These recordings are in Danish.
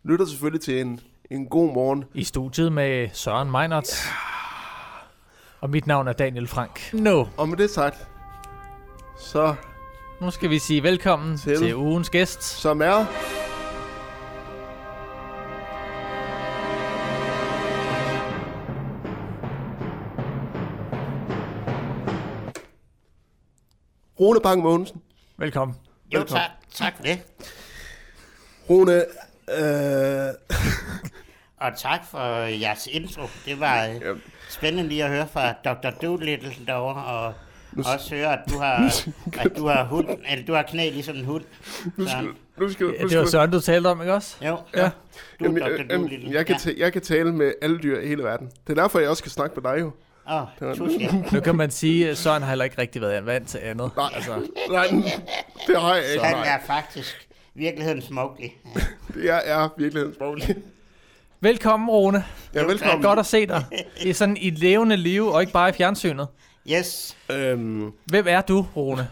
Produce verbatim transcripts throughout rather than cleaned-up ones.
lytter selvfølgelig til en, en god morgen. I studiet med Søren Meinert. Ja. Og mit navn er Daniel Frank. No. Og med det sagt, så... Nu skal vi sige velkommen til, til ugens gæst. Som er... Rune Bang-Mogensen. Velkommen. Jo, tak. Tak for det. Rune, øh... og tak for jeres intro. Det var øh, spændende lige at høre fra doktor Dolittle derovre, og nu også høre, at du har, at du har, hund, eller du har knæ ligesom en hund. Nu skal, nu skal, nu skal, det var Søren, du talte om, ikke også? Jo, ja. Du er doktor Dolittle. Jeg kan, ja. jeg kan tale med alle dyr i hele verden. Det er derfor, jeg også skal snakke med dig jo. Åh, oh, tusind. Nu kan man sige, at Søren har heller ikke rigtig været vant til andet. Nej, altså. Nej, det har jeg ikke. Han er faktisk virkeligheden Smokely. Jeg er virkeligheden Smokely. Velkommen, Rune. Ja, velkommen. Godt at se dig. I sådan i levende liv, og ikke bare i fjernsynet. Yes. Øhm. Hvem er du, Rune?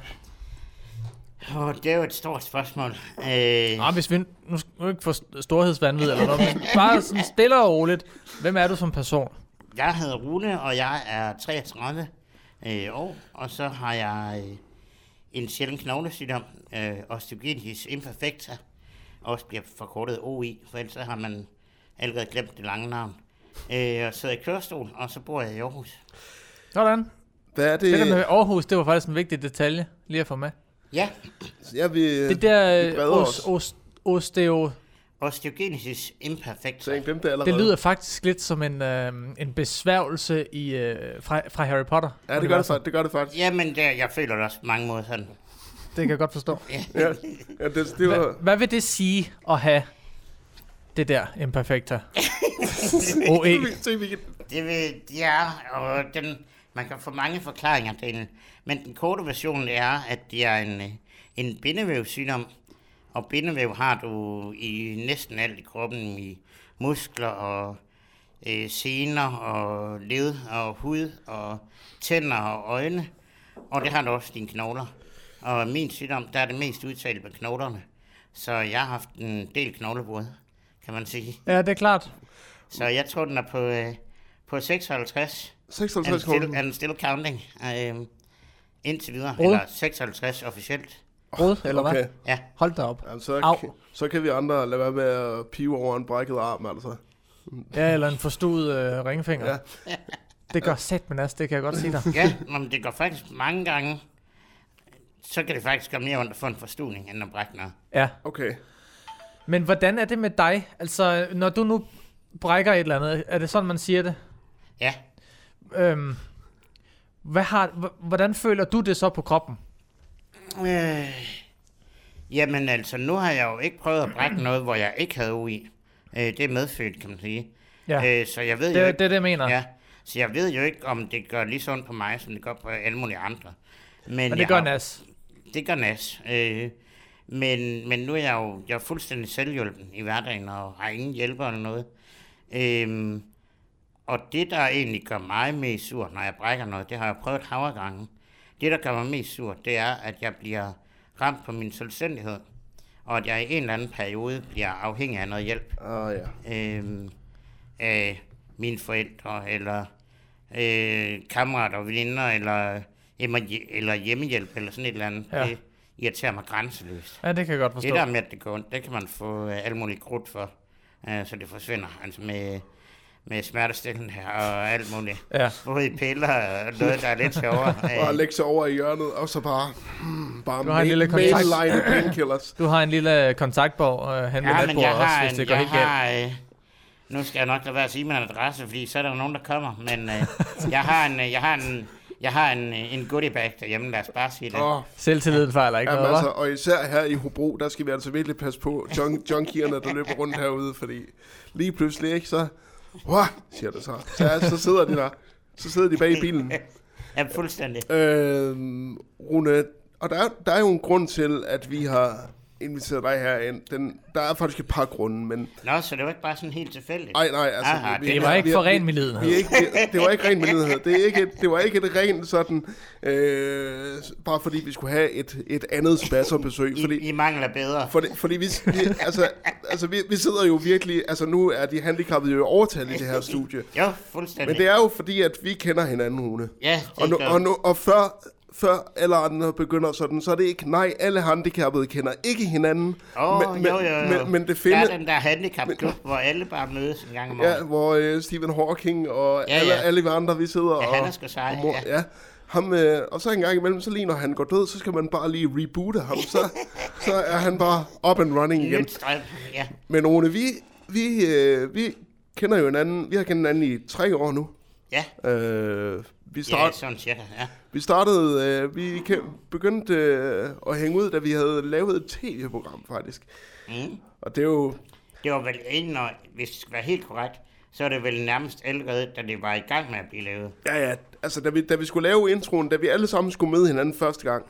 Oh, det er jo et stort spørgsmål. Øh... Nå, hvis vi nu skal ikke få storhedsvanvid eller noget, men bare sådan stille og roligt. Hvem er du som person? Jeg hedder Rune, og jeg er treogtredive øh, år, og så har jeg øh, en sjælden knoglesygdom, øh, osteogenesis imperfecta, også bliver forkortet O I, for ellers har man allerede glemt det lange navn. Øh, jeg sidder i kørestol, og så bor jeg i Aarhus. Sådan. Hvad er det? Det der med Aarhus, det var faktisk en vigtig detalje, lige at få med. Ja. Ja, vi, det der vi os, os, osteo... Osteogenesis imperfecta. Så jeg glemte det allerede. Det lyder faktisk lidt som en, øh, en besværgelse i, øh, fra, fra Harry Potter. Ja, det gør det, det gør det faktisk. Jamen, det, jeg føler det også på mange måder sådan. Det kan jeg godt forstå. Ja. ja, ja, det, det var... Hva, hvad vil det sige at have det der imperfecta? O E. Det vil, ja, og den, man kan få mange forklaringer til den. Men den korte version er, at det er en, en bindevævssygdom. Og bindevæv har du i næsten alt i kroppen, i muskler og øh, sener og led og hud og tænder og øjne. Og det har du også dine knogler. Og min sygdom, der er det mest udtalt med knoglerne. Så jeg har haft en del knoglebrud, kan man sige. Ja, det er klart. Så jeg tror, den er på, øh, på seksoghalvtreds. seksoghalvtreds kroner. And still counting. Øh, indtil videre. Brud. Eller seksoghalvtreds officielt. Brud, eller okay. hvad? Ja. Hold da op. Altså, så, kan, så kan vi andre lade være med at pive over en brækket arm, altså. Ja, eller en forstuet øh, ringfinger. Ja. Det gør sæt med nas, det kan jeg godt sige dig. Ja, men det går faktisk mange gange. Så kan det faktisk komme mere under for en forstuning, end at brække noget. Ja. Okay. Men hvordan er det med dig? Altså, når du nu brækker et eller andet, er det sådan, man siger det? Ja. Øhm, hvad har, hvordan føler du det så på kroppen? Øh, jamen altså, nu har jeg jo ikke prøvet at brække noget, hvor jeg ikke havde U I. Øh, det er medfødt, kan man sige. Ja, øh, så jeg ved det, jo ikke, det er det, jeg mener. Ja, så jeg ved jo ikke, om det gør lige sådan på mig, som det gør på alle mulige andre. Men, men det gør har, nas. Det gør nas. Øh, men, men nu er jeg jo jeg er fuldstændig selvhjulpen i hverdagen, og har ingen hjælper eller noget. Øh, og det, der egentlig gør mig mest sur, når jeg brækker noget, det har jeg prøvet havregangen. Det, der gør mig mest sur, det er, at jeg bliver ramt på min selvstændighed, og at jeg i en eller anden periode bliver afhængig af noget hjælp. Oh, ja. øhm, af mine forældre, eller øh, kammerater og veninder, eller, eller hjemmehjælp, eller sådan et eller andet. Ja. Det irriterer mig grænseløst. Ja, det kan jeg godt forstå. Det der med, at det går ondt, det kan man få øh, alle mulige krudt for, øh, så det forsvinder. Altså med... med smertestillende her og alt muligt. Ja. Både i piller og noget, der er lidt sjovere. Og lægge sig over i hjørnet, og så bare... Hmm, bare du har en lille kontakt... painkillers. Du har en lille kontaktbog uh, hen ved ja, natbordet også, en, hvis det går helt galt. Øh, nu skal jeg nok lade være at sige min adresse, fordi så er der nogen, der kommer. Men øh, jeg har en... Jeg har en Jeg har en, en goodie bag derhjemme, lad os bare sige det. Oh. Selvtilliden fejler ikke noget, altså, og især her i Hobro, der skal vi altså virkelig passe på junk- junkierne, der løber rundt herude, fordi lige pludselig, ikke, så... Wow, siger det så. Så, så sidder de der. Så sidder de bag i bilen. Ja, fuldstændig. Øh, Rune, og der er, der er jo en grund til, at vi har inviteret dig herind, den, der er faktisk et par grunde, men... Nå, så det var ikke bare sådan helt tilfældigt? Nej, nej, altså... Aha, vi, det vi, var ikke vi, for vi, ren medlidenhed. Vi, vi ikke, det, det var ikke ren medlidenhed. Det, er ikke et, det var ikke et rent sådan... Øh, bare fordi vi skulle have et, et andet spasserbesøg. Fordi, I, I mangler bedre. Fordi, fordi vi, vi, altså, altså vi, vi sidder jo virkelig... Altså nu er de handicappede jo overtal i det her studie. Jo, fuldstændig. Men det er jo fordi, at vi kender hinanden, Rune. Ja, det og, nu, gør og, nu, og før... Før alle andre begynder sådan, så er det ikke, nej, alle handicappede kender ikke hinanden. Åh, oh, men, jo, jo, jo. Men, men det finder... finder... Der er den der handicapklub, hvor alle bare mødes en gang om året. Ja, hvor uh, Stephen Hawking og ja, alle, ja. alle vi andre, vi sidder ja, og... han er sgu sej, og, ja. ja. Ham, øh, og så en gang imellem, så lige når han går død, så skal man bare lige reboote ham, så, så er han bare up and running igen. Nyt strøm, ja. Men Rune, vi, vi, øh, vi kender jo hinanden, vi har kendt hinanden i tre år nu. Ja. Øh, vi, start, ja, sådan cirka, ja. vi startede, øh, vi begyndte øh, at hænge ud, da vi havde lavet et tv-program faktisk. Mm. Og det er jo... Det var vel inden, og hvis det skal være helt korrekt, så er det vel nærmest allerede, da det var i gang med at blive lavet. Ja, ja, altså da vi, da vi skulle lave introen, da vi alle sammen skulle møde hinanden første gang,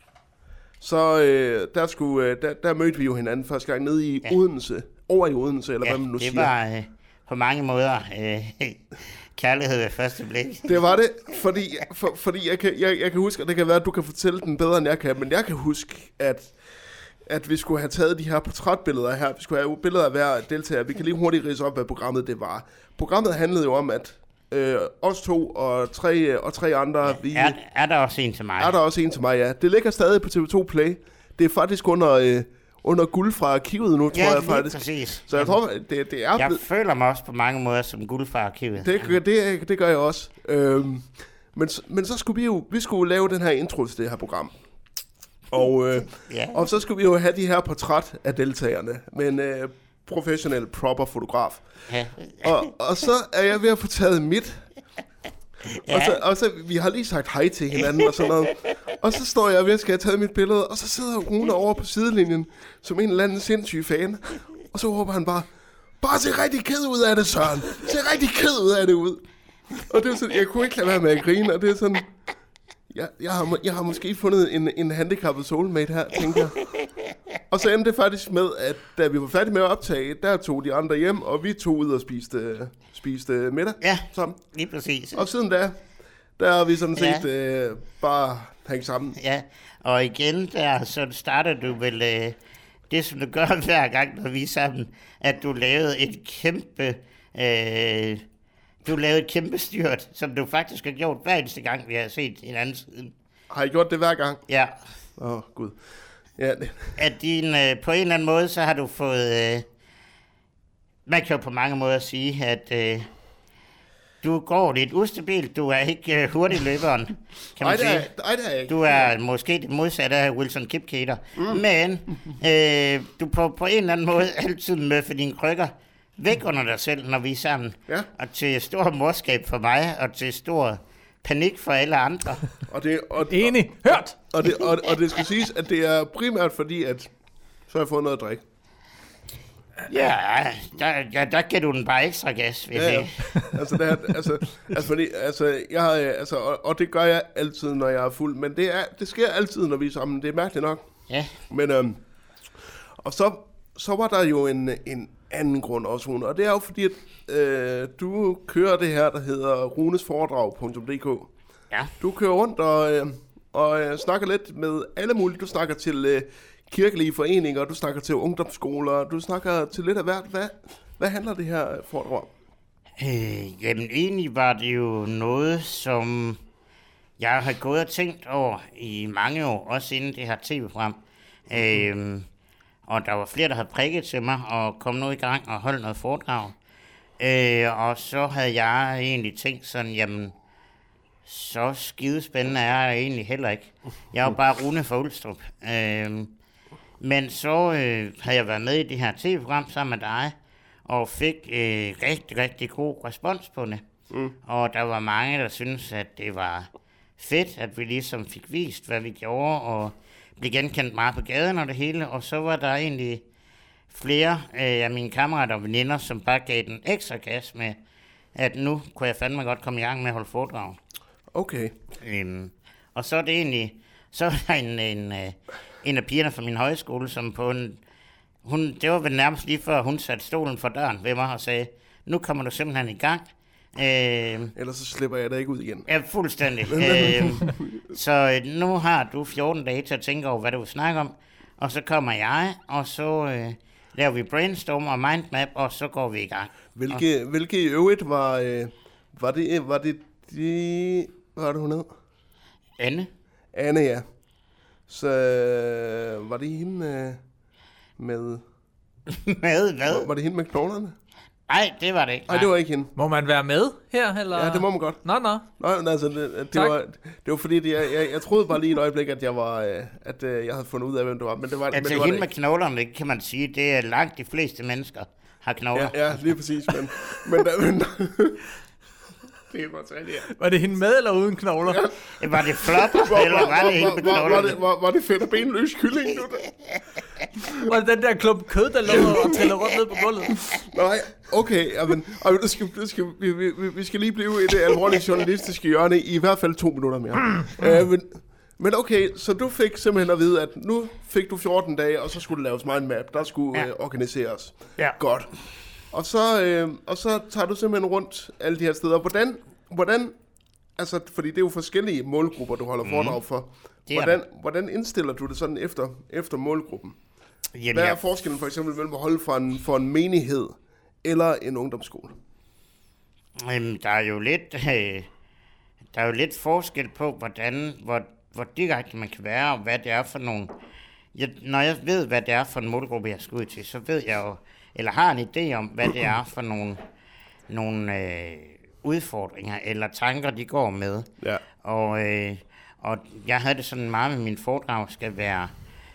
så øh, der, skulle, øh, der, der mødte vi jo hinanden første gang nede i ja. Odense, over i Odense, eller ja, hvad man nu det siger. var øh, på mange måder øh, kærlighed ved første blik. Det var det, fordi, for, fordi jeg, kan, jeg, jeg kan huske, og det kan være, at du kan fortælle den bedre, end jeg kan, men jeg kan huske, at, at vi skulle have taget de her portrætbilleder her. Vi skulle have billeder af hver deltager. Vi kan lige hurtigt ridse op, hvad programmet det var. Programmet handlede jo om, at øh, os to og tre, og tre andre... Ja, vi, er, er der også en til mig? Er der også en til mig, ja. Det ligger stadig på T V to Play. Det er faktisk under... Øh, under guld fra arkivet nu, ja, tror jeg faktisk. Præcis. Så jeg tror, det, det er... Jeg blevet... føler mig også på mange måder som guld fra arkivet. Det, det, det gør jeg også. Øhm, men, men så skulle vi jo vi skulle lave den her intro til det her program. Og, øh, ja. og så skulle vi jo have de her portræt af deltagerne med en øh, professionel, proper fotograf. Ja. og, og så er jeg ved at få taget mit... Ja. Og, så, og så, vi har lige sagt hej til hinanden og sådan noget. Og så står jeg ved at skal have taget mit billede, og så sidder Rune over på sidelinjen, som en eller anden sindssyg fan. Og så råber han bare, bare se rigtig ked ud af det, Søren. Se rigtig ked ud af det ud. Og det er sådan, jeg kunne ikke lade være med at grine, og det er sådan, jeg, jeg, har, jeg har måske fundet en, en handicappet soulmate her, tænker jeg. Og så endte det faktisk med, at da vi var færdige med at optage, der tog de andre hjem, og vi tog ud og spiste, spiste middag ja, sammen. Lige præcis. Og siden da, der har vi sådan set ja. øh, bare hængt sammen. Ja, og igen der, så starter du vel øh, det, som du gør hver gang, når vi er sammen, at du lavede et kæmpe... Øh, du lavede et kæmpe styrt, som du faktisk har gjort hver eneste gang, vi har set hinanden siden. Har I gjort det hver gang? Ja. Åh, oh, gud. Ja, det. At din, øh, på en eller anden måde, så har du fået... Øh, man kan jo på mange måder sige, at øh, du går lidt ustabilt. Du er ikke øh, hurtig løberen, kan man ej, sige. det er, ej, det er ikke. Du er måske det modsatte af Wilson Kipketer. Mm. Men øh, du på, på en eller anden måde altid møffer dine krykker væk under dig selv, når vi er sammen. Ja. Og til stor morskab for mig, og til stor panik for alle andre. Og det, og, Enig. Hørt. Og det, og, og det skal siges, at det er primært fordi, at så har jeg fået noget at drikke. Ja, der, der, der giver du den bare ekstra gas, vil Ja, jeg ja. altså, det er, altså, altså, fordi, altså, jeg har, altså og, og det gør jeg altid, når jeg er fuld. Men det, er, det sker altid, når vi er sammen. Det er mærkeligt nok. Ja. Men, øhm, og så, så var der jo en, en anden grund også, Rune. Og det er jo fordi, at øh, du kører det her, der hedder runesforedrag punktum d k. Ja. Du kører rundt og, øh, og øh, snakker lidt med alle mulige. Du snakker til øh, kirkelige foreninger, du snakker til ungdomsskoler, du snakker til lidt af hvert. Hvad, hvad handler det her foredrag om? Øh, jamen egentlig var det jo noget, som jeg har gået og tænkt over i mange år, også inden det her tv-program. Mm-hmm. Øh, og der var flere, der havde prikket til mig og kom nu i gang og holdt noget foredrag. Øh, og så havde jeg egentlig tænkt sådan, jamen, så skidespændende er jeg egentlig heller ikke. Jeg er jo bare Rune fra Ulstrup. Øh, men så øh, havde jeg været med i det her tv-program sammen med dig, og fik øh, rigtig, rigtig god respons på det. Mm. Og der var mange, der syntes, at det var fedt, at vi ligesom fik vist, hvad vi gjorde, og blev genkendt meget på gaden og det hele. Og så var der egentlig flere øh, af mine kammerater og veninder, som bare gav den ekstra gas med, at nu kunne jeg fandme godt komme i gang med at holde foredrag. Okay. Øhm, og så er det egentlig, så er der en, en, en af pigerne fra min højskole, som på en... Hun, det var vel nærmest lige før, hun satte stolen for døren ved mig og sagde, nu kommer du simpelthen i gang. Øh, Ellers så slipper jeg dig ikke ud igen. Ja, fuldstændig. øh, så nu har du fjorten dage til at tænke over, hvad du vil snakke om. Og så kommer jeg, og så øh, laver vi brainstorm og mindmap, og så går vi i gang. Hvilke, og, hvilke i øvrigt var, øh, var det, var det de, hvad var det hun hed? Anne. Anne, ja. Så øh, var det hende øh, med... med hvad? Var, var det hende med knoglerne? Nej, det var det ikke. Nej, det var ikke hende. Må man være med her, eller? Ja, det må man godt. Nå, nå. Nej, men altså, det, det, var, det var fordi, det, jeg, jeg, jeg troede bare lige et øjeblik, at jeg var, øh, at øh, jeg havde fundet ud af, hvem det var. Men det var, altså, men det var hende det med knoglerne, det kan man sige, det er langt de fleste mennesker har knogler. Ja, ja, lige præcis. Men, men, der, men det er godt rigtigt, ja. Var det hende med eller uden knogler? Ja. Var det flot, eller var det hende med knoglerne? Var det, var, var det fedt og benløs kylling nu? Var det den der klump kød, der lå og trillede rundt ned på gulvet? Nej, okay. Jamen, og det skal, det skal, vi, vi, vi skal lige blive i det alvorlige journalistiske hjørne i, i hvert fald to minutter mere. uh, men, men okay, så du fik simpelthen at vide, at nu fik du fjorten dage, og så skulle der laves mindmap. Der skulle ja. uh, organiseres. Ja. Godt. Og så, øh, og så tager du simpelthen rundt alle de her steder. Hvordan, hvordan, altså, fordi det er jo forskellige målgrupper, du holder mm. foredrag for. Hvordan, hvordan indstiller du det sådan efter, efter målgruppen? Jamen, Hvad er jeg... forskellen for eksempel mellem at holde for en, for en menighed eller en ungdomsskole? Jamen, der er jo lidt, øh, der er jo lidt forskel på, hvordan, hvor, hvor direkte man kan være, og hvad det er for nogle... Jeg, når jeg ved, hvad det er for en målgruppe, jeg skal ud til, så ved jeg jo, eller har en idé om, hvad det er for nogle, nogle øh, udfordringer eller tanker, de går med. Ja. Og, øh, og jeg havde det sådan meget med min foredrag, skal være,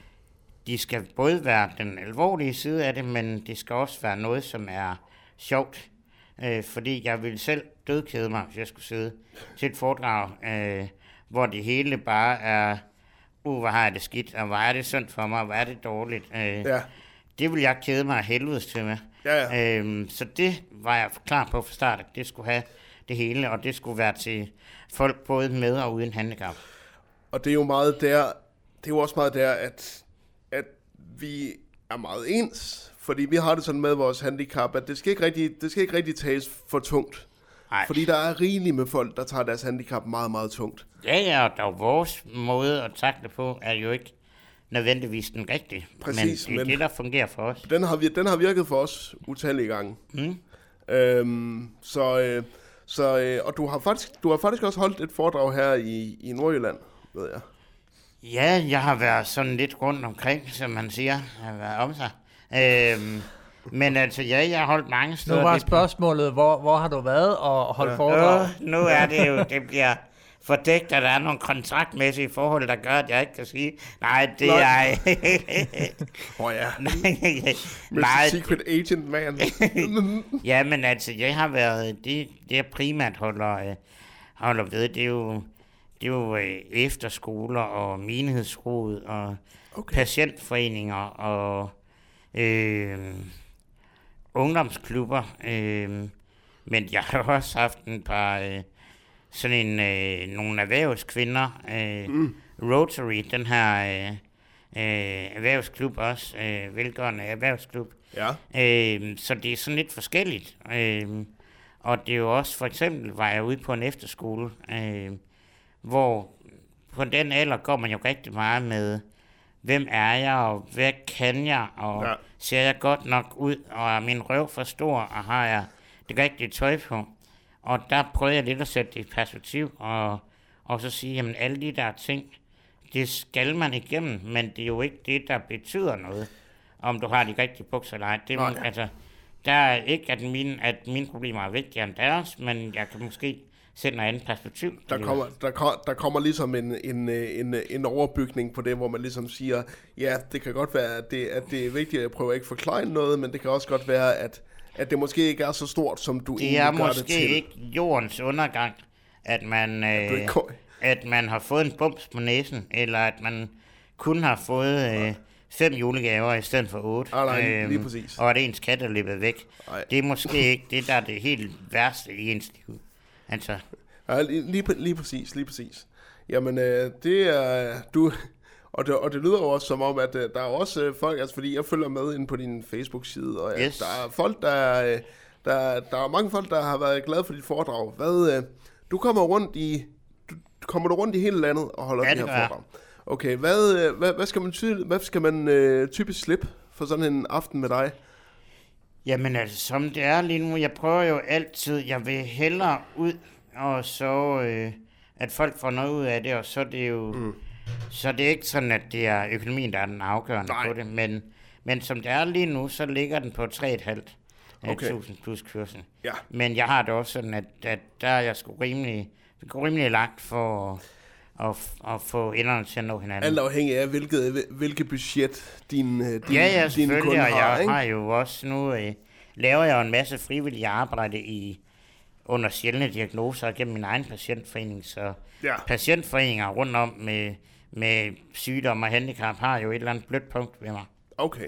de skal både være den alvorlige side af det, men det skal også være noget, som er sjovt. Øh, fordi jeg ville selv dødkede mig, hvis jeg skulle sidde til et foredrag, øh, hvor det hele bare er, uh, hvor har jeg det skidt, og hvor er det synd for mig, og hvor er det dårligt. Øh, ja. Det ville jeg kede mig af helvedes til med. Ja, ja. Øhm, så det var jeg klar på fra start, at det skulle have det hele, og det skulle være til folk både med og uden handicap. Og det er jo meget der, det er jo også meget der, at, at vi er meget ens, fordi vi har det sådan med vores handicap, at det skal ikke rigtig, det skal ikke rigtig tages for tungt. Ej. Fordi der er rigeligt med folk, der tager deres handicap meget, meget tungt. Ja, ja, og der er vores måde at takle på, er jo ikke nødvendigvis den rigtige. Præcis, men det er men det, der fungerer for os. Den har, den har virket for os utallige gange. Mm. Øhm, så, øh, så, øh, og du har, faktisk, du har faktisk også holdt et foredrag her i, i Nordjylland, ved jeg. Ja, jeg har været sådan lidt rundt omkring, som man siger. Jeg har været om sig. Øhm, men altså, ja, jeg har holdt mange steder. Nu var spørgsmålet, hvor, hvor har du været og holdt ja. foredrag? Øh, nu er det jo, det bliver fordækt, at der er nogle kontraktmæssige forhold, der gør, at jeg ikke kan sige, nej, det nej. er... Åh oh, ja. Nej. Secret agent, man. Ja, men altså, jeg har været, det, det jeg primært holder, holder ved, det er jo, det er jo efterskoler og menighedsråd og okay. patientforeninger og øh, ungdomsklubber. Øh, men jeg har også haft en par... Øh, sådan en, øh, nogle erhvervskvinder, øh, mm. Rotary, den her øh, øh, erhvervsklub også, øh, velgørende erhvervsklub. Ja. Øh, så det er sådan lidt forskelligt. Øh, og det er jo også, for eksempel var jeg ude på en efterskole, øh, hvor på den alder går man jo rigtig meget med, hvem er jeg, og hvad kan jeg, og ja. ser jeg godt nok ud, og er min røv for stor, og har jeg det rigtige tøj på. Og der prøvede jeg lidt at sætte det i perspektiv, og, og så sige, jamen alle de der ting, det skal man igennem, men det er jo ikke det, der betyder noget, om du har de rigtige bukser eller ej. Det er, okay. altså, der er ikke, at mine, at mine problemer er vigtigere end deres, men jeg kan måske sætte noget andet perspektiv. Der kommer, der, der kommer ligesom en, en, en, en overbygning på det, hvor man ligesom siger, ja, det kan godt være, at det, at det er vigtigt, at jeg prøver ikke at forklare noget, men det kan også godt være, at at det måske ikke er så stort, som du det egentlig gør det til. Det er måske ikke jordens undergang, at man, øh, at man har fået en bums på næsen, eller at man kun har fået øh, fem julegaver i stedet for otte. Ah, nej, lige, lige præcis. Og at ens kat er løbet væk. Ej. Det er måske ikke det, der er det helt værste i ens liv. Altså. Ja, lige, lige, lige præcis, lige præcis. Jamen, øh, det er... Du, Og det, og det lyder jo også som om, at uh, der er også uh, folk, altså fordi jeg følger med inde på din Facebook-side, og Yes. uh, der er folk, der, uh, der, der er mange folk, der har været glade for dit foredrag. Hvad, uh, du kommer rundt i, du, kommer du rundt i hele landet og holder Ja, de det her gør jeg. foredrag? Okay, hvad, uh, hvad, hvad skal man, ty- hvad skal man uh, typisk slippe for sådan en aften med dig? Jamen altså, som det er lige nu, jeg prøver jo altid, jeg vil hellere ud, og så, øh, at folk får noget ud af det, og så er det jo, mm. så det er ikke sådan, at det er økonomien, der er den afgørende Nej. på det, men, men som det er lige nu, så ligger den på tre komma fem Okay. tusind plus kørsel. Ja. Men jeg har det også sådan, at, at der er jeg sgu rimelig, rimelig langt for at, at, at få enderne til at nå hinanden. Alt afhængig af, hvilket, hvilket budget din, din, Ja, ja, dine selvfølgelig, kunder og jeg har, ikke? har jo også nu, øh, laver jeg jo en masse frivillige arbejde i, under sjældne diagnoser gennem min egen patientforening, så Ja. patientforeninger rundt om med, med sygdom og handicap har jo et eller andet blødt punkt ved mig. Okay.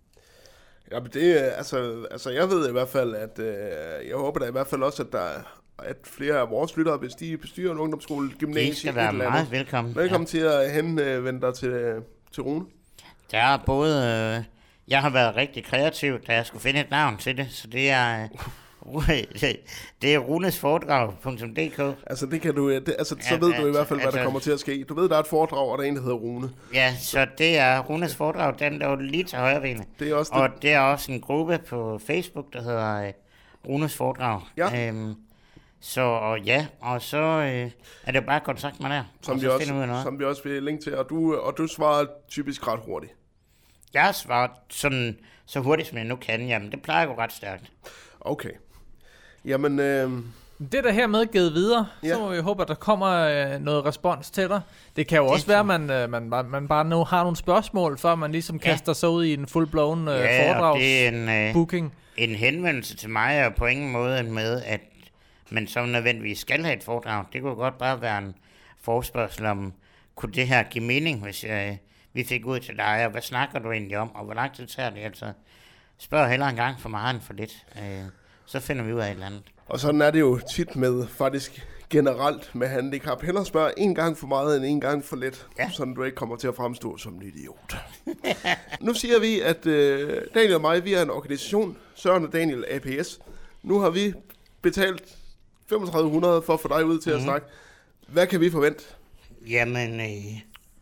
Ja, men det, er- altså, altså jeg ved i hvert fald, at øh, jeg håber da i hvert fald også, at der er- at flere af vores lyttere, hvis de bestyrer en ungdomsskole, I gymnasie, skal et være eller meget andet. velkommen. Velkommen til at henvende dig til, til Rune. Der er både, øh, jeg har været rigtig kreativ, da jeg skulle finde et navn til det, så det er, øh, det er runesforedrag punktum d k. Altså, det kan du, det, altså, så Ja, ved du i altså- hvert fald, hvad der altså- kommer til at ske. Du ved, der er et foredrag, og der er en, der hedder Rune. Ja, så det er Runes foredrag, den der er lige til højre benet. Det er også det. Og det er også en gruppe på Facebook, der hedder øh, Runes foredrag. Ja. Øhm, så og ja, og så øh, er det bare kontakt mig der, Som og vi, så finder vi ud af også, noget. som vi også vil linke til, og du, og du svarer typisk ret hurtigt. Jeg har svaret sådan, så hurtigt som jeg nu kan, jamen det plejer at gå ret stærkt. Okay. Jamen, øh, Det er der hermed givet videre, Ja. så må vi håbe, at der kommer øh, noget respons til dig. Det kan jo også være, at man, øh, man, bare- man bare nu har nogle spørgsmål, før man ligesom Ja. kaster sig ud i en full-blown øh, Ja, og det er foredragsbooking. en, øh, en henvendelse til mig, er på ingen måde med, at man så nødvendigvis skal have et foredrag. Det kunne godt bare være en forespørgsel om, kunne det her give mening, hvis jeg, vi fik ud til dig, og hvad snakker du egentlig om, og hvor lang tid tager det? Altså, spørg hellere en gang for meget end for lidt. Øh, så finder vi ud af et eller andet. og sådan er det jo tit med, faktisk generelt med handicap. Hellere spørg en gang for meget end en gang for lidt, Ja. så du ikke kommer til at fremstå som en idiot. Nu siger vi, at øh, Daniel og mig, vi er en organisation, Søren og Daniel A P S. Nu har vi betalt femogtredive hundrede for at få dig ud til mm-hmm. at snakke. Hvad kan vi forvente? Jamen, øh,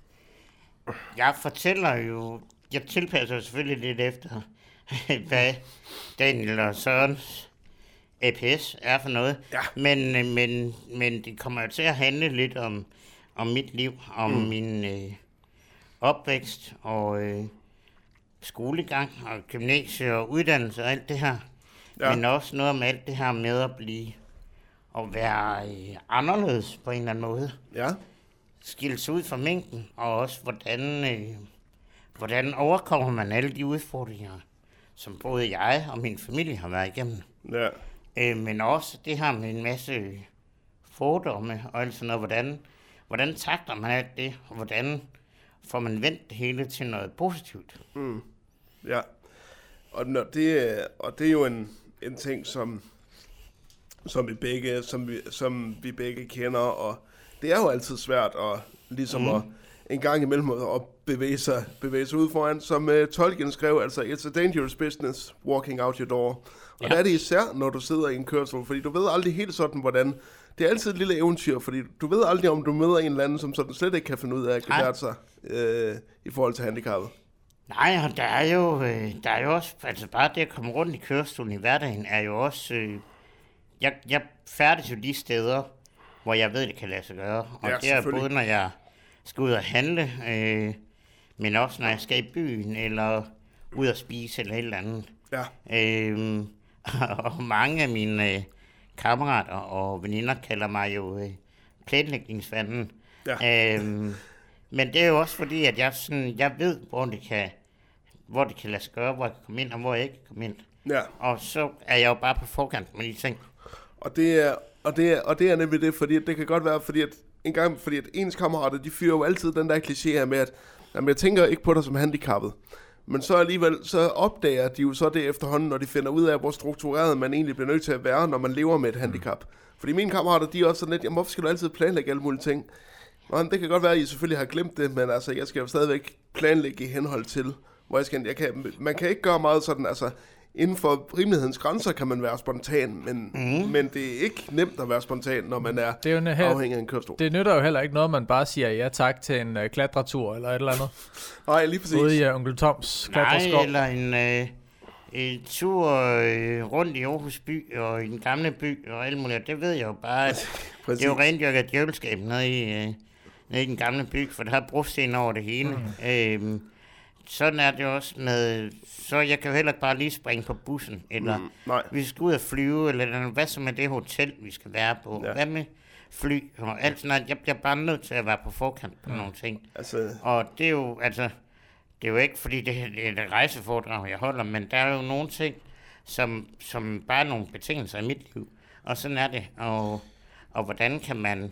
jeg fortæller jo, jeg tilpasser selvfølgelig lidt efter, hvad Daniel og Sørens A P S er for noget. Ja. Men, øh, men, men det kommer jo til at handle lidt om, om mit liv, om mm. min øh, opvækst og øh, skolegang og gymnasie og uddannelse og alt det her. Ja. Ja. Men også noget om alt det her med at blive og være øh, anderledes på en eller anden måde. Ja, Skille sig ud fra mængden, og også hvordan, øh, hvordan overkommer man alle de udfordringer, som både jeg og min familie har været igennem. ja. Øh, men også det her med en masse fordomme og alt sådan noget. Hvordan, hvordan takter man alt det, og hvordan får man vendt det hele til noget positivt? Ja, og, når det, og det er jo en, en ting, som, som, vi begge, som, vi, som vi begge kender, og det er jo altid svært at, ligesom mm. at en gang imellem at bevæge sig, bevæge sig ud foran. Som uh, Tolkien skrev, altså, it's a dangerous business walking out your door. Og Ja. der er det især, når du sidder i en kørsel, fordi du ved aldrig helt sådan, hvordan. Det er altid et lille eventyr, fordi du ved aldrig, om du møder en eller anden, som sådan slet ikke kan finde ud af at Nej. gebære sig øh, i forhold til handicappet. Nej, og der er jo, øh, der er jo også, altså bare det at komme rundt i kørestolen i hverdagen, er jo også, øh, jeg, jeg færdes jo de steder, hvor jeg ved, det kan lade sig gøre. Og Ja, det er selvfølgelig. både, når jeg skal ud og handle, øh, men også når jeg skal i byen, eller ud og spise, eller et eller andet. Ja, Øh, og mange af mine øh, kammerater og veninder kalder mig jo øh, planlægningsfanden. Ja. Øh, men det er jo også fordi, at jeg, sådan, jeg ved, hvor det, kan, hvor det kan lade sig gøre, hvor jeg kan komme ind, og hvor jeg ikke kan komme ind. ja. Og så er jeg jo bare på forkant med de ting. Og det er, og det er, og det er nemlig det, fordi at det kan godt være, fordi at en gang, fordi at ens kammerater, de fyrer jo altid den der kliché her med, at jamen, jeg tænker ikke på dig som handicappet. Men så alligevel, så opdager de jo så det efterhånden, når de finder ud af, hvor struktureret man egentlig bliver nødt til at være, når man lever med et handicap. Fordi mine kammerater, de er også sådan lidt, jamen hvorfor skal du altid planlægge alle mulige ting? Nå, det kan godt være, at I selvfølgelig har glemt det, men altså, jeg skal jo stadigvæk planlægge i henhold til, hvor jeg skal... Jeg kan, man kan ikke gøre meget sådan, altså... Inden for rimelighedens grænser kan man være spontan, men, mm. men det er ikke nemt at være spontan, når man er, det er jo ne- afhængig af en kørestol. Det nytter jo heller ikke noget, man bare siger ja tak til en uh, klatretur eller et eller andet. Nej, lige præcis. Ude i uh, Onkel Toms klatreskov. Nej, eller en, øh, en tur øh, rundt i Aarhus by og i den gamle by og alt muligt. Det ved jeg jo bare, at det er jo rendyrket djævelskab nede i, øh, nede i den gamle by, for der har brosten over det hele. Mm. Øhm, Sådan er det også med, så jeg kan jo heller ikke bare lige springe på bussen, eller mm, vi skal ud og flyve, eller hvad så med det hotel, vi skal være på, ja. Hvad med fly, og alt sådan noget. Jeg bliver bare nødt til at være på forkant på mm. nogle ting. Altså... Og det er jo, altså, det er jo ikke fordi det, det er et rejseforedrag, jeg holder, men der er jo nogle ting, som, som bare er nogle betingelser i mit liv, og sådan er det, og, og hvordan kan man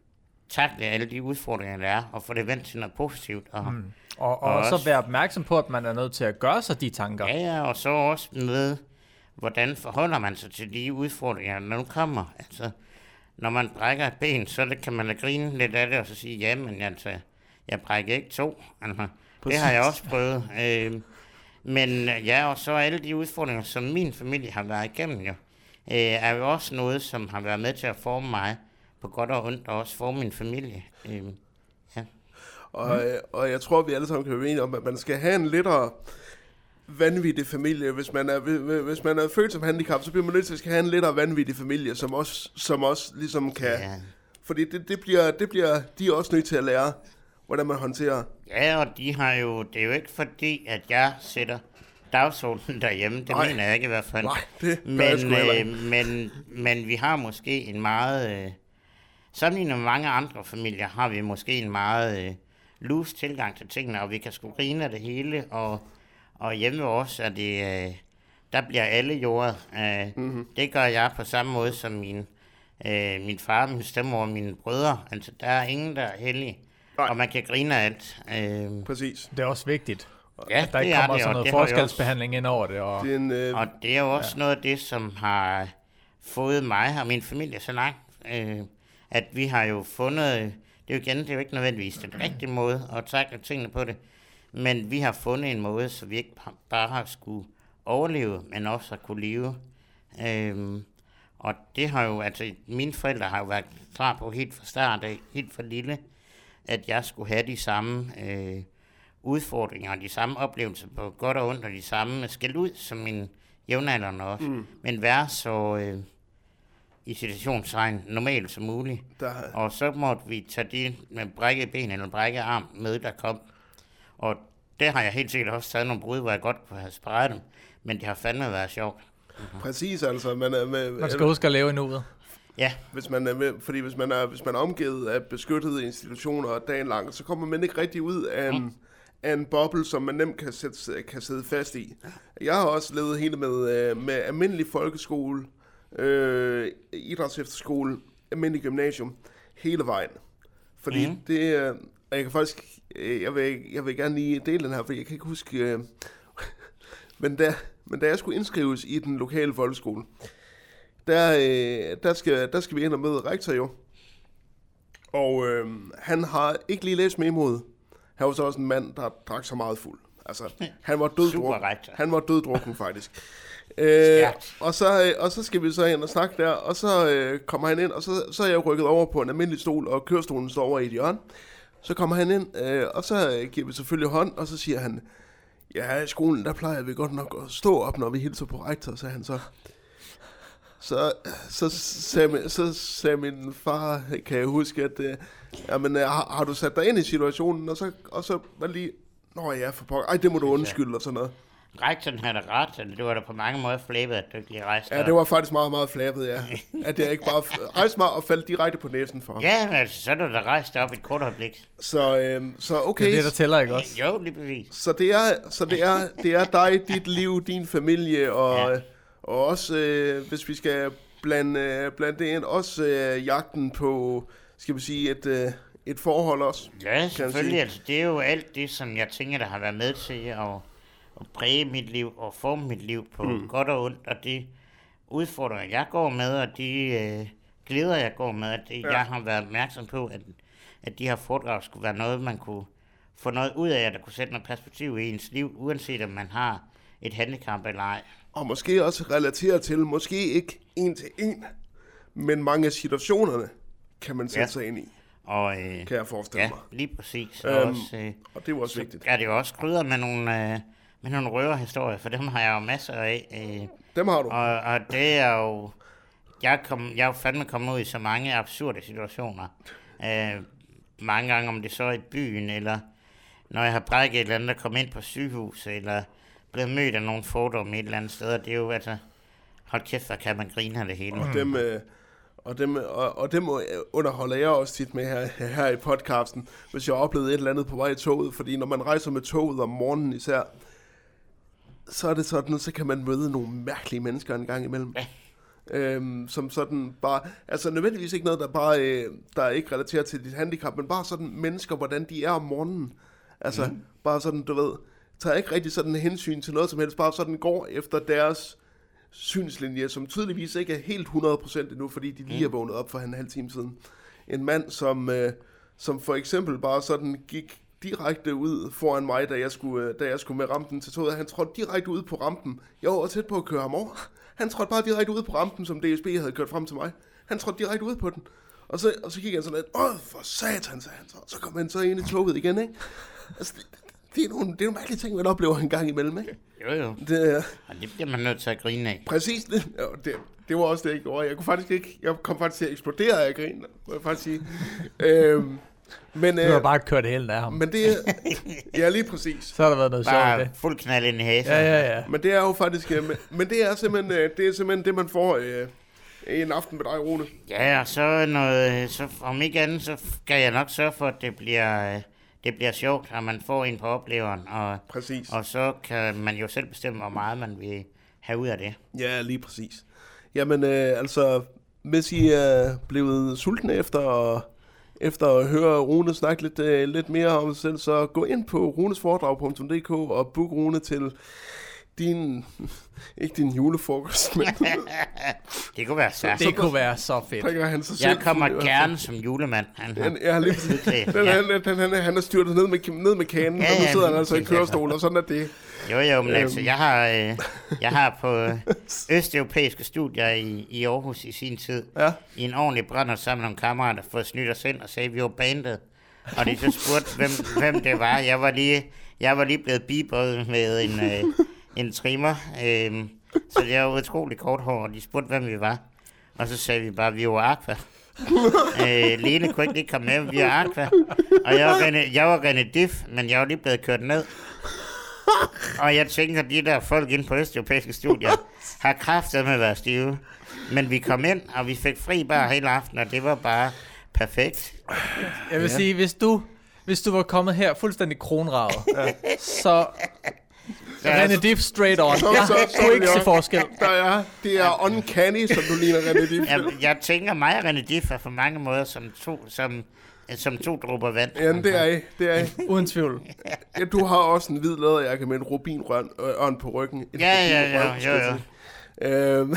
takle alle de udfordringer, der er, og få det vendt til noget positivt, og mm. Og, og, og så være opmærksom på, at man er nødt til at gøre sig de tanker. Ja, ja, og så også med, hvordan forholder man sig til de udfordringer, når nu kommer. Altså, når man brækker et ben, så det, kan man da grine lidt af det, og så sige, ja, men altså, jeg brækker ikke to. Altså, det har jeg også prøvet. Øh, men ja, og så alle de udfordringer, som min familie har været igennem, jo, øh, er jo også noget, som har været med til at forme mig på godt og ondt, og også forme min familie. Øh, ja. Og, mm. og jeg tror, vi alle sammen kan være enige om, at man skal have en lettere vanvittig familie. Hvis man er, hvis man er født som handicap, så bliver man nødt til at have en lettere vanvittig familie, som også, som også ligesom kan... Ja. Fordi det, det, bliver, det bliver de er også nødt til at lære, hvordan man håndterer. Ja, og de har jo... Det er jo ikke fordi, at jeg sætter dagsordenen derhjemme. Det Nej. mener jeg ikke i hvert fald. Nej, det men, øh, men, men vi har måske en meget... Øh, sammenlignet med mange andre familier, har vi måske en meget... Øh, loose tilgang til tingene, og vi kan sgu grine af det hele, og, og hjemme også er det, øh, der bliver alle jordet. Øh, mm-hmm. Det gør jeg på samme måde som min, øh, min far, min stemmor og mine brødre. Altså, der er ingen, der er heldige, og man kan grine af alt. Øh, Præcis. Det er også vigtigt, ja, at der ikke kommer det, sådan noget forskelsbehandling ind over det. Og det, en, øh, og det er jo også ja. noget af det, som har fået mig og min familie så langt, øh, at vi har jo fundet... Det er jo igen, det er jo ikke nødvendigvis den rigtige måde at takle tingene på det, men vi har fundet en måde, så vi ikke bare har skulle overleve, men også har kunne leve. Øhm, og det har jo, altså mine forældre har jo været klar på helt fra start af, helt fra lille, at jeg skulle have de samme øh, udfordringer, de samme oplevelser på godt og ondt, og de samme skæld ud, som mine jævnaldrende også, mm. men være så... Øh, i situationstegn normalt som muligt. Der... Og så måtte vi tage det med brækket ben eller brækket arm med, der kom. Og det har jeg helt sikkert også taget nogle brud, hvor jeg godt kunne have sparet dem, men det har fandme været sjovt. Mm-hmm. Præcis, altså. Man, er med, man skal huske at leve i nuet. Ja. Hvis man er med, fordi hvis man er, hvis man er omgivet af beskyttede institutioner dagen lang, så kommer man ikke rigtig ud af en, mm. af en boble, som man nemt kan, sætte, kan sidde fast i. Jeg har også levet hele med, med almindelig folkeskole, Øh, idrætsefterskole, almindelig gymnasium, hele vejen. Fordi mm. det, øh, jeg kan faktisk, øh, jeg, vil, jeg vil gerne lige dele den her, for jeg kan ikke huske, øh, men, da, men da jeg skulle indskrives i den lokale folkeskole, der, øh, der, skal, der skal vi ind og møde rektor jo, og øh, han har ikke lige læst memoet. Han var så også en mand, der drak så meget fuld. Altså, han var døddrukken. Han var døddrukken faktisk. Øh, og, så, og så skal vi så ind og snakke der, og så øh, kommer han ind, og så, så er jeg rykket over på en almindelig stol, og kørestolen står over i et hjørne. Så kommer han ind, øh, og så giver vi selvfølgelig hånd, og så siger han, ja, i skolen, der plejer vi godt nok at stå op, når vi hilser på rektor, sagde han så. Så, så, sagde, så sagde min far, kan jeg huske, at øh, jamen, har, har du sat dig ind i situationen, og så, og så var lige, nå ja, for pokker, ej, det må du undskylde, og sådan noget. Rektoren havde ret, eller det var da på mange måder flabet, at du ikke lige rejste. Ja, det var faktisk meget, meget flabet, ja. At jeg ikke bare rejste mig og faldt direkte på næsen for ham. Ja, altså, så er du da rejst op et kort øjeblik. Så, øhm, så okay. Det er det, der tæller, ikke også? Jo, lige præcis. Så det er, så det er, det er dig, dit liv, din familie, og, ja. og også, øh, hvis vi skal blande, øh, blande det ind, også øh, jagten på, skal vi sige, et, øh, et forhold også. Ja, selvfølgelig. Altså, det er jo alt det, som jeg tænker, der har været med til at... at præge mit liv og forme mit liv på mm. godt og ondt, og de udfordringer, jeg går med, og de øh, glæder, jeg går med, at det, ja. jeg har været opmærksom på, at at de her foredrag skulle være noget, man kunne få noget ud af, der kunne sætte noget perspektiv i ens liv, uanset om man har et handicap eller ej. Og måske også relatere til, måske ikke en til en, men mange af situationerne kan man sætte ja. sig ind i. Og, øh, kan jeg forestille ja, mig. lige præcis. Øhm, og, også, øh, og det er jo også vigtigt. Er det jo også krydret med nogle, øh, med nogle røverhistorier, for dem har jeg jo masser af. Øh, dem har du. Og, og det er jo... Jeg, kom, jeg er jo fandme kommet ud i så mange absurde situationer. Øh, mange gange, om det så er i byen, eller når jeg har brækket et eller andet, der kom ind på sygehus, eller blevet mødt af nogle fordomme et eller andet sted. Og det er jo altså... Hold kæft, hvor kan man grine af det hele. Og dem... Øh, Og dem, og, og dem underholder jeg også tit med her, her i podcasten, hvis jeg har oplevet et eller andet på vej i toget. Fordi når man rejser med toget om morgenen især, så er det sådan, så kan man møde nogle mærkelige mennesker en gang imellem. Ja. Øhm, som sådan bare, altså nødvendigvis ikke noget, der bare, øh, der er ikke relateret til dit handicap, men bare sådan mennesker, hvordan de er om morgenen. Altså mm. bare sådan, du ved, tager ikke rigtig sådan hensyn til noget som helst, bare sådan går efter deres synslinje, som tydeligvis ikke er helt hundrede procent endnu, fordi de lige er vågnet op for en halv time siden. En mand, som, øh, som for eksempel bare sådan gik direkte ud foran mig, da jeg skulle, da jeg skulle med rampen til toget. Han trådte direkte ud på rampen. Jeg var tæt på at køre ham over. Han trådte bare direkte ud på rampen, som D S B havde kørt frem til mig. Han trådte direkte ud på den. Og så, og så gik han sådan lidt, åh, for satan, sagde han så. Så kom han så ind i toget igen, ikke? Altså, det, det er nogle, det er nogle mærkelige ting, man oplever en gang imellem, ikke? Jo, jo. Det, og det bliver man nødt til at grine af. Præcis. Det, det, det var også det, jeg gjorde. Jeg kunne faktisk ikke... Jeg kom faktisk til at eksplodere af grin, må jeg faktisk sige. øhm, men, du har bare kørt hælden af ham. Men det er... Ja, lige præcis. Så har der været noget sjovt bare det. Bare fuld knald ind i hæsen. Ja, ja, ja. Men det er jo faktisk... Men, men det er simpelthen det, er simpelthen det man får øh, en aften med dig, Rune. Ja, og så noget... Så om ikke andet, så skal jeg nok sørge for, at det bliver... Øh, Det bliver sjovt, at man får en på opleveren, og, præcis. og så kan man jo selv bestemme, hvor meget man vil have ud af det. Ja, lige præcis. Jamen, øh, altså, hvis I er blevet sultne efter, efter at høre Rune snakke lidt, øh, lidt mere om sig selv, så gå ind på runesforedrag punktum d k og book Rune til din... Ikke din julefrokost, men... Det kunne være så. Det kunne være så fedt. Han sig jeg selv kommer fuld, gerne som julemand. Han har ja, lige præcis. Den, ja. han, han, han, han er styrtet ned med, ned med kanen, ja, og nu sidder ja, han altså i kørestol, og sådan er det. Jo, jo, men altså, jeg har, øh, jeg har på østeuropæiske studier i, i Aarhus i sin tid, ja. i en ordentlig brænder sammen med nogle kammerater, fået snydt os ind og sagde, at vi var bandet. Og de så spurgte, hvem, hvem det var. Jeg var lige, jeg var lige blevet bibøjet med en... Øh, en trimmer, øh, så det var utroligt kort hår, og de spurgte, hvem vi var. Og så sagde vi bare, at vi var Aqua. øh, Lene kunne ikke lige komme med, vi var Aqua. Og jeg var, René, jeg var René Diff, men jeg var lige blevet kørt ned. Og jeg tænker, at de der folk inde på østeuropæiske studier har kraftet med at være stive. Men vi kom ind, og vi fik fri bar hele aftenen, og det var bare perfekt. Jeg vil ja. sige, hvis du, hvis du var kommet her fuldstændig kronravet, ja. så... René Diff straight on. Så, jeg så, så, kunne ikke se forskel. Der er, det er uncanny, som du ligner René Diff. Jeg, jeg tænker mig og René Diff er på mange måder som to, som, som to dråber vand. Ja, det er I. Det er I. Uden tvivl. Ja, du har også en hvid læderjakke med en rubinørn på ryggen. En ja, ja, ja, ja, ja. Øhm,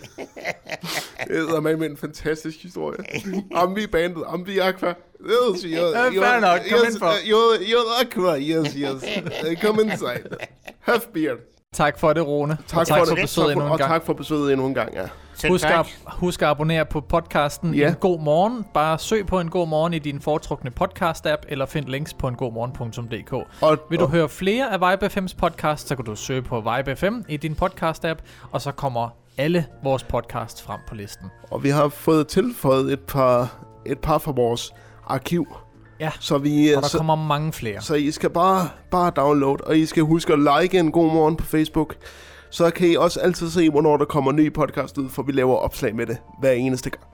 det er med en fantastisk historie. Ambi bandet, Ambi Aqua. Yes, yes, ja, fair nok, kom yes, ind for. You're, you're Aqua, yes, yes. Come inside. Have beer. Tak for det, Rune. Tak, og tak for, for det. besøget endnu en og gang. tak for besøget endnu en gang, ja. Husk at, husk at abonnere på podcasten ja. En God Morgen. Bare søg på En God Morgen i din foretrukne podcast-app, eller find links på en god morgen punktum d k. Og, Vil du og, høre flere af Vibe F M's podcast, så kan du søge på Vibe F M i din podcast-app, og så kommer alle vores podcasts frem på listen. Og vi har fået tilføjet et par, et par fra vores arkiv. Ja, så vi, og der så, kommer mange flere. Så I skal bare, bare downloade, og I skal huske at like En God Morgen på Facebook. Så kan I også altid se, hvornår der kommer ny podcast ud, for vi laver opslag med det hver eneste gang.